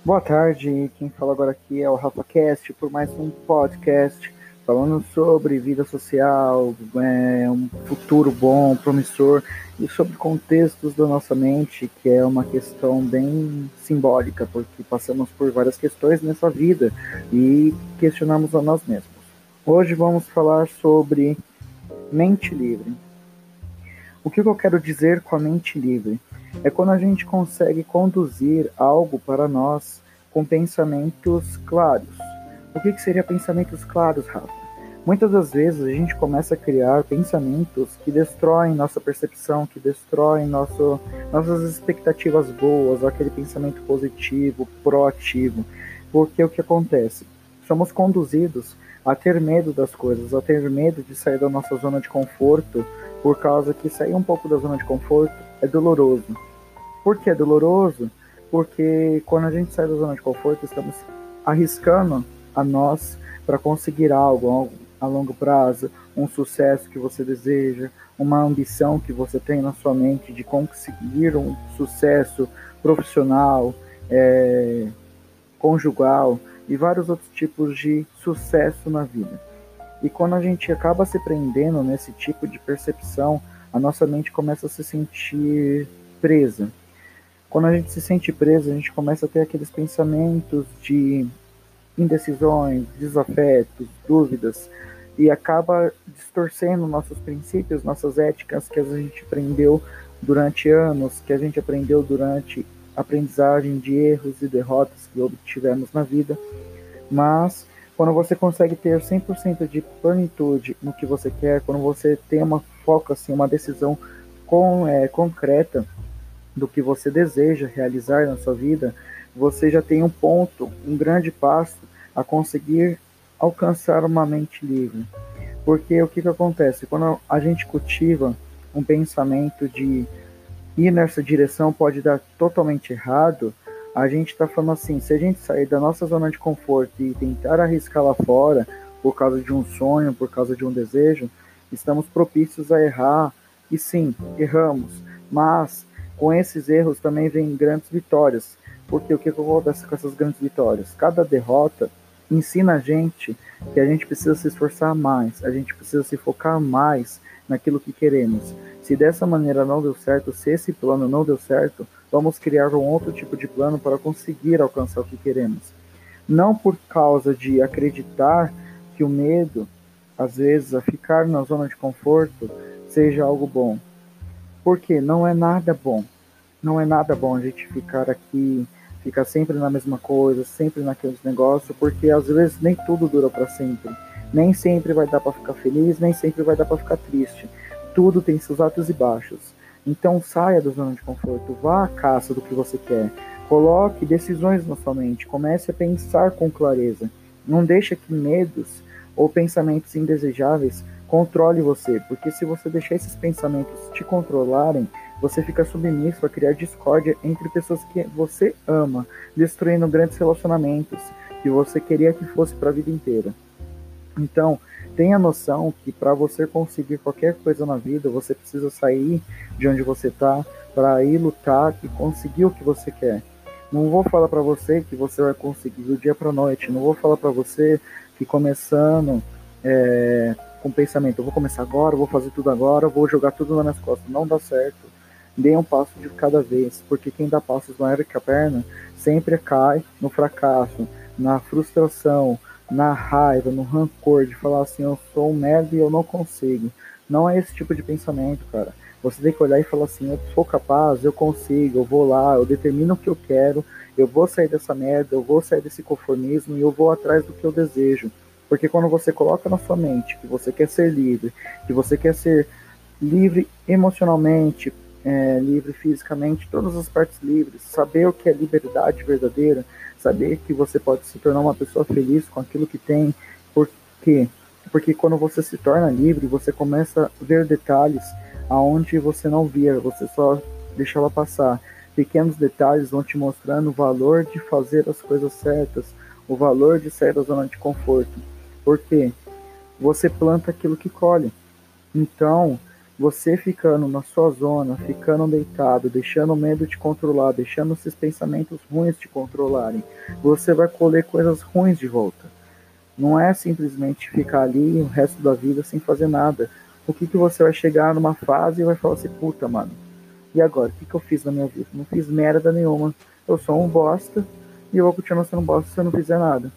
Boa tarde, quem fala agora aqui é o RafaCast, por mais um podcast falando sobre vida social, um futuro bom, promissor, e sobre contextos da nossa mente, que é uma questão bem simbólica, porque passamos por várias questões nessa vida e questionamos a nós mesmos. Hoje vamos falar sobre mente livre. O que eu quero dizer com a mente livre? É quando a gente consegue conduzir algo para nós com pensamentos claros. O que seria pensamentos claros, Rafa? Muitas das vezes a gente começa a criar pensamentos que destroem nossa percepção, que destroem nossas expectativas boas, aquele pensamento positivo, proativo. Porque o que acontece? Somos conduzidos a ter medo das coisas, a ter medo de sair da nossa zona de conforto, por causa que sair um pouco da zona de conforto é doloroso. Por que é doloroso? Porque quando a gente sai da zona de conforto, estamos arriscando a nós para conseguir algo a longo prazo, um sucesso que você deseja, uma ambição que você tem na sua mente de conseguir um sucesso profissional, conjugal e vários outros tipos de sucesso na vida. E quando a gente acaba se prendendo nesse tipo de percepção, a nossa mente começa a se sentir presa. Quando a gente se sente preso, a gente começa a ter aqueles pensamentos de indecisões, desafetos, dúvidas, e acaba distorcendo nossos princípios, nossas éticas que a gente aprendeu durante anos, que a gente aprendeu durante a aprendizagem de erros e derrotas que obtivemos na vida. Mas quando você consegue ter 100% de plenitude no que você quer, quando você tem uma foco, assim, uma decisão concreta do que você deseja realizar na sua vida, você já tem um ponto, um grande passo a conseguir alcançar uma mente livre. Porque o que acontece? Quando a gente cultiva um pensamento de ir nessa direção pode dar totalmente errado, a gente está falando assim, se a gente sair da nossa zona de conforto e tentar arriscar lá fora, por causa de um sonho, por causa de um desejo, estamos propícios a errar, e sim, erramos, mas com esses erros também vem grandes vitórias, porque o que acontece com essas grandes vitórias? Cada derrota ensina a gente que a gente precisa se esforçar mais, a gente precisa se focar mais naquilo que queremos. Se dessa maneira não deu certo, se esse plano não deu certo, vamos criar um outro tipo de plano para conseguir alcançar o que queremos. Não por causa de acreditar que o medo, às vezes, a ficar na zona de conforto, seja algo bom. Porque não é nada bom. Não é nada bom a gente ficar aqui, ficar sempre na mesma coisa, sempre naqueles negócios, porque às vezes nem tudo dura para sempre. Nem sempre vai dar para ficar feliz, nem sempre vai dar para ficar triste. Tudo tem seus altos e baixos. Então saia da zona de conforto, vá à caça do que você quer. Coloque decisões na sua mente, comece a pensar com clareza. Não deixe que medos ou pensamentos indesejáveis controle você, porque se você deixar esses pensamentos te controlarem, você fica submisso a criar discórdia entre pessoas que você ama, destruindo grandes relacionamentos que você queria que fosse para a vida inteira. Então, tenha noção que para você conseguir qualquer coisa na vida, você precisa sair de onde você está para ir lutar e conseguir o que você quer. Não vou falar para você que você vai conseguir do dia para noite. Não vou falar para você que começando com pensamento, eu vou começar agora, vou fazer tudo agora, vou jogar tudo nas minhas costas. Não dá certo. Dê um passo de cada vez, porque quem dá passos maiores que a perna sempre cai no fracasso, na frustração, na raiva, no rancor de falar assim, eu sou um merda e eu não consigo. Não é esse tipo de pensamento, cara. Você tem que olhar e falar assim, eu sou capaz, eu consigo, eu vou lá, eu determino o que eu quero, eu vou sair dessa merda, eu vou sair desse conformismo e eu vou atrás do que eu desejo. Porque quando você coloca na sua mente que você quer ser livre, que você quer ser livre emocionalmente, livre fisicamente, todas as partes livres, saber o que é liberdade verdadeira, saber que você pode se tornar uma pessoa feliz com aquilo que tem, por quê? Porque quando você se torna livre, você começa a ver detalhes aonde você não via, você só deixava passar. Pequenos detalhes vão te mostrando o valor de fazer as coisas certas, o valor de sair da zona de conforto. Porque você planta aquilo que colhe. Então, Você ficando na sua zona, ficando deitado, deixando o medo te controlar, deixando esses pensamentos ruins te controlarem, você vai colher coisas ruins de volta. Não é simplesmente ficar ali o resto da vida sem fazer nada. O que você vai chegar numa fase e vai falar assim, puta, mano, e agora? O que eu fiz na minha vida? Não fiz merda nenhuma. Eu sou um bosta e eu vou continuar sendo um bosta se eu não fizer nada.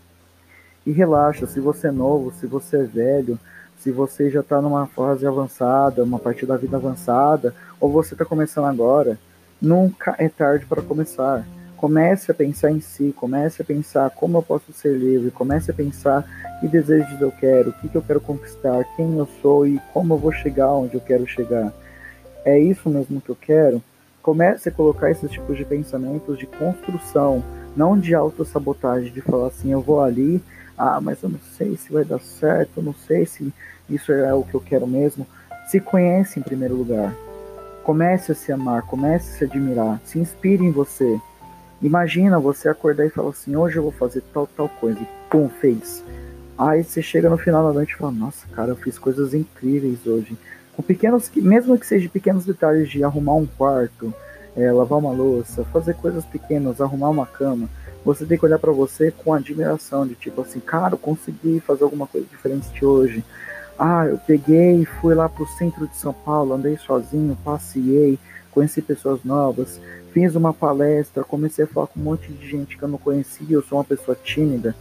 E relaxa, se você é novo, se você é velho, se você já está numa fase avançada, uma parte da vida avançada, ou você está começando agora, nunca é tarde para começar. Comece a pensar em si, comece a pensar como eu posso ser livre, comece a pensar que desejos eu quero, o que eu quero conquistar, quem eu sou e como eu vou chegar onde eu quero chegar. É isso mesmo que eu quero? Comece a colocar esses tipos de pensamentos de construção, não de autossabotagem, de falar assim, eu vou ali, mas eu não sei se vai dar certo, eu não sei se isso é o que eu quero mesmo. Se conhece em primeiro lugar. Comece a se amar, comece a se admirar, se inspire em você. Imagina você acordar e falar assim, hoje eu vou fazer tal coisa, e pum, fez. Aí você chega no final da noite e fala, nossa, cara, eu fiz coisas incríveis hoje. Com pequenos, mesmo que seja pequenos detalhes de arrumar um quarto, lavar uma louça, fazer coisas pequenas, arrumar uma cama, você tem que olhar para você com admiração, de tipo assim, cara, eu consegui fazer alguma coisa diferente hoje. Eu peguei e fui lá pro centro de São Paulo, andei sozinho, passei, conheci pessoas novas, fiz uma palestra, comecei a falar com um monte de gente que eu não conhecia, eu sou uma pessoa tímida.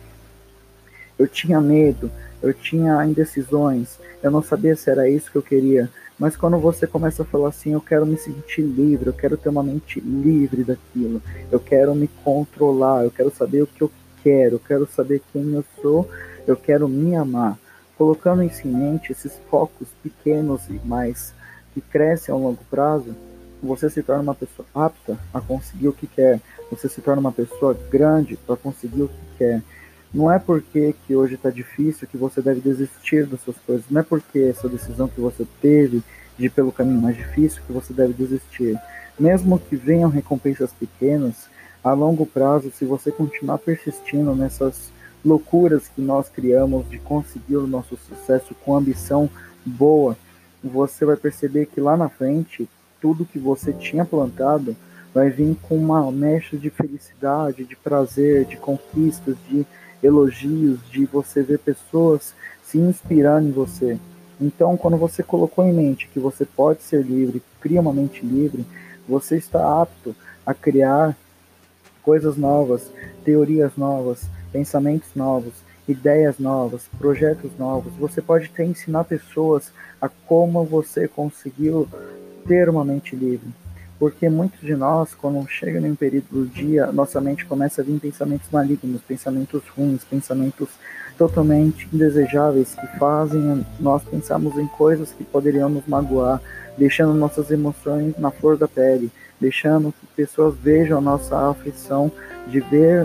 Eu tinha medo, eu tinha indecisões, eu não sabia se era isso que eu queria. Mas quando você começa a falar assim, eu quero me sentir livre, eu quero ter uma mente livre daquilo, eu quero me controlar, eu quero saber o que eu quero saber quem eu sou, eu quero me amar. Colocando isso em mente, esses focos pequenos e mais que crescem ao longo prazo, você se torna uma pessoa apta a conseguir o que quer, você se torna uma pessoa grande para conseguir o que quer. Não é porque que hoje está difícil que você deve desistir das suas coisas. Não é porque essa decisão que você teve de ir pelo caminho mais difícil que você deve desistir. Mesmo que venham recompensas pequenas, a longo prazo, se você continuar persistindo nessas loucuras que nós criamos de conseguir o nosso sucesso com ambição boa, você vai perceber que lá na frente, tudo que você tinha plantado vai vir com uma mecha de felicidade, de prazer, de conquistas, de elogios, de você ver pessoas se inspirando em você. Então, quando você colocou em mente que você pode ser livre, cria uma mente livre, você está apto a criar coisas novas, teorias novas, pensamentos novos, ideias novas, projetos novos. Você pode até ensinar pessoas a como você conseguiu ter uma mente livre. Porque muitos de nós, quando chega em um período do dia, nossa mente começa a vir pensamentos malignos, pensamentos ruins, pensamentos totalmente indesejáveis que fazem nós pensarmos em coisas que poderiam nos magoar, deixando nossas emoções na flor da pele, deixando que pessoas vejam a nossa aflição de ver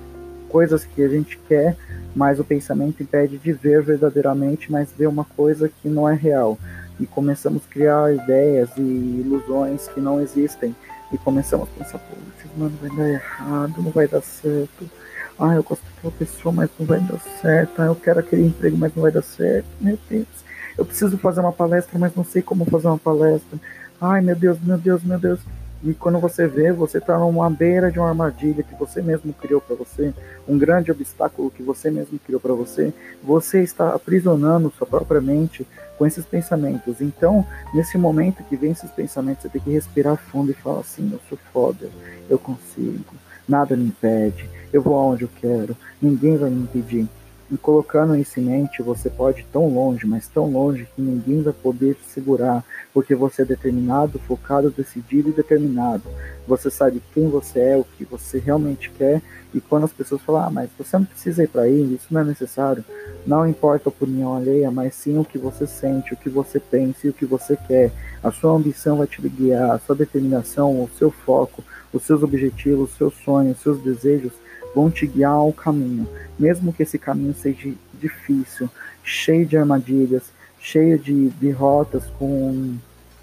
coisas que a gente quer, mas o pensamento impede de ver verdadeiramente, mas ver uma coisa que não é real. E começamos a criar ideias e ilusões que não existem. E começamos a pensar, pô, mano, vai dar errado, não vai dar certo. Eu gosto daquela pessoa, mas não vai dar certo. Eu quero aquele emprego, mas não vai dar certo. Meu Deus, eu preciso fazer uma palestra, mas não sei como fazer uma palestra. Meu Deus, meu Deus, meu Deus. E quando você vê, você está numa beira de uma armadilha que você mesmo criou para você, um grande obstáculo que você mesmo criou para você, você está aprisionando sua própria mente com esses pensamentos. Então, nesse momento que vem esses pensamentos, você tem que respirar fundo e falar assim, eu sou foda, eu consigo, nada me impede, eu vou aonde eu quero, ninguém vai me impedir. E colocando isso em mente, você pode ir tão longe, mas tão longe que ninguém vai poder te segurar, porque você é determinado, focado, decidido e determinado. Você sabe quem você é, o que você realmente quer, e quando as pessoas falam, mas você não precisa ir para aí, isso não é necessário, não importa a opinião alheia, mas sim o que você sente, o que você pensa e o que você quer. A sua ambição vai te guiar, a sua determinação, o seu foco, os seus objetivos, os seus sonhos, os seus desejos vão te guiar ao caminho, mesmo que esse caminho seja difícil, cheio de armadilhas, cheio de derrotas, com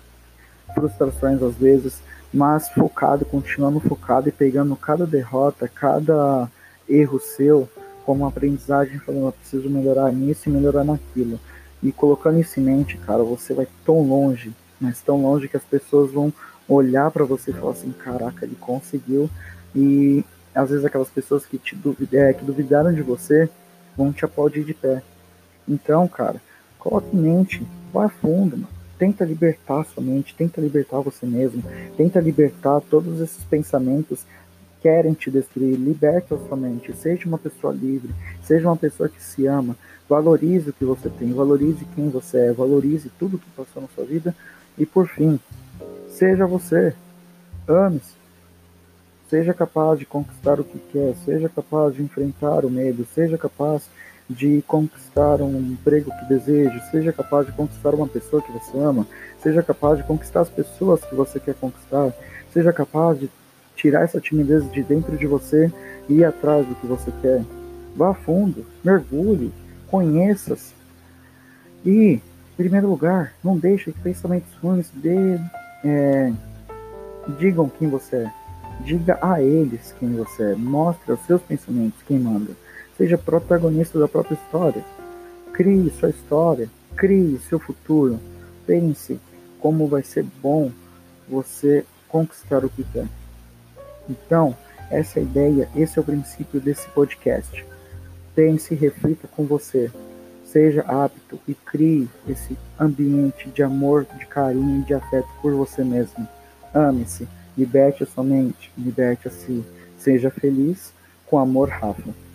frustrações às vezes, mas focado, continuando focado e pegando cada derrota, cada erro seu como aprendizagem, falando, eu preciso melhorar nisso e melhorar naquilo. E colocando isso em mente, cara, você vai tão longe, mas tão longe que as pessoas vão olhar para você e falar assim, caraca, ele conseguiu. E às vezes aquelas pessoas que duvidaram de você vão te aplaudir de pé. Então, cara, coloque em mente, vá a fundo, mano. Tenta libertar sua mente, tenta libertar você mesmo, tenta libertar todos esses pensamentos que querem te destruir. Liberta a sua mente, seja uma pessoa livre, seja uma pessoa que se ama. Valorize o que você tem, valorize quem você é, valorize tudo que passou na sua vida. E por fim, seja você, ame-se. Seja capaz de conquistar o que quer, seja capaz de enfrentar o medo, seja capaz de conquistar um emprego que deseja, seja capaz de conquistar uma pessoa que você ama, seja capaz de conquistar as pessoas que você quer conquistar, seja capaz de tirar essa timidez de dentro de você e ir atrás do que você quer. Vá a fundo, mergulhe, conheça-se e, em primeiro lugar, não deixe que pensamentos ruins digam quem você é. Diga a eles quem você é. Mostre aos seus pensamentos quem manda. Seja protagonista da própria história. Crie sua história. Crie seu futuro. Pense como vai ser bom você conquistar o que quer. Então, essa é a ideia, esse é o princípio desse podcast. Pense e reflita com você. Seja apto e crie esse ambiente de amor, de carinho e de afeto por você mesmo. Ame-se, liberte a sua mente, liberte a si. Seja feliz com amor, Rafa.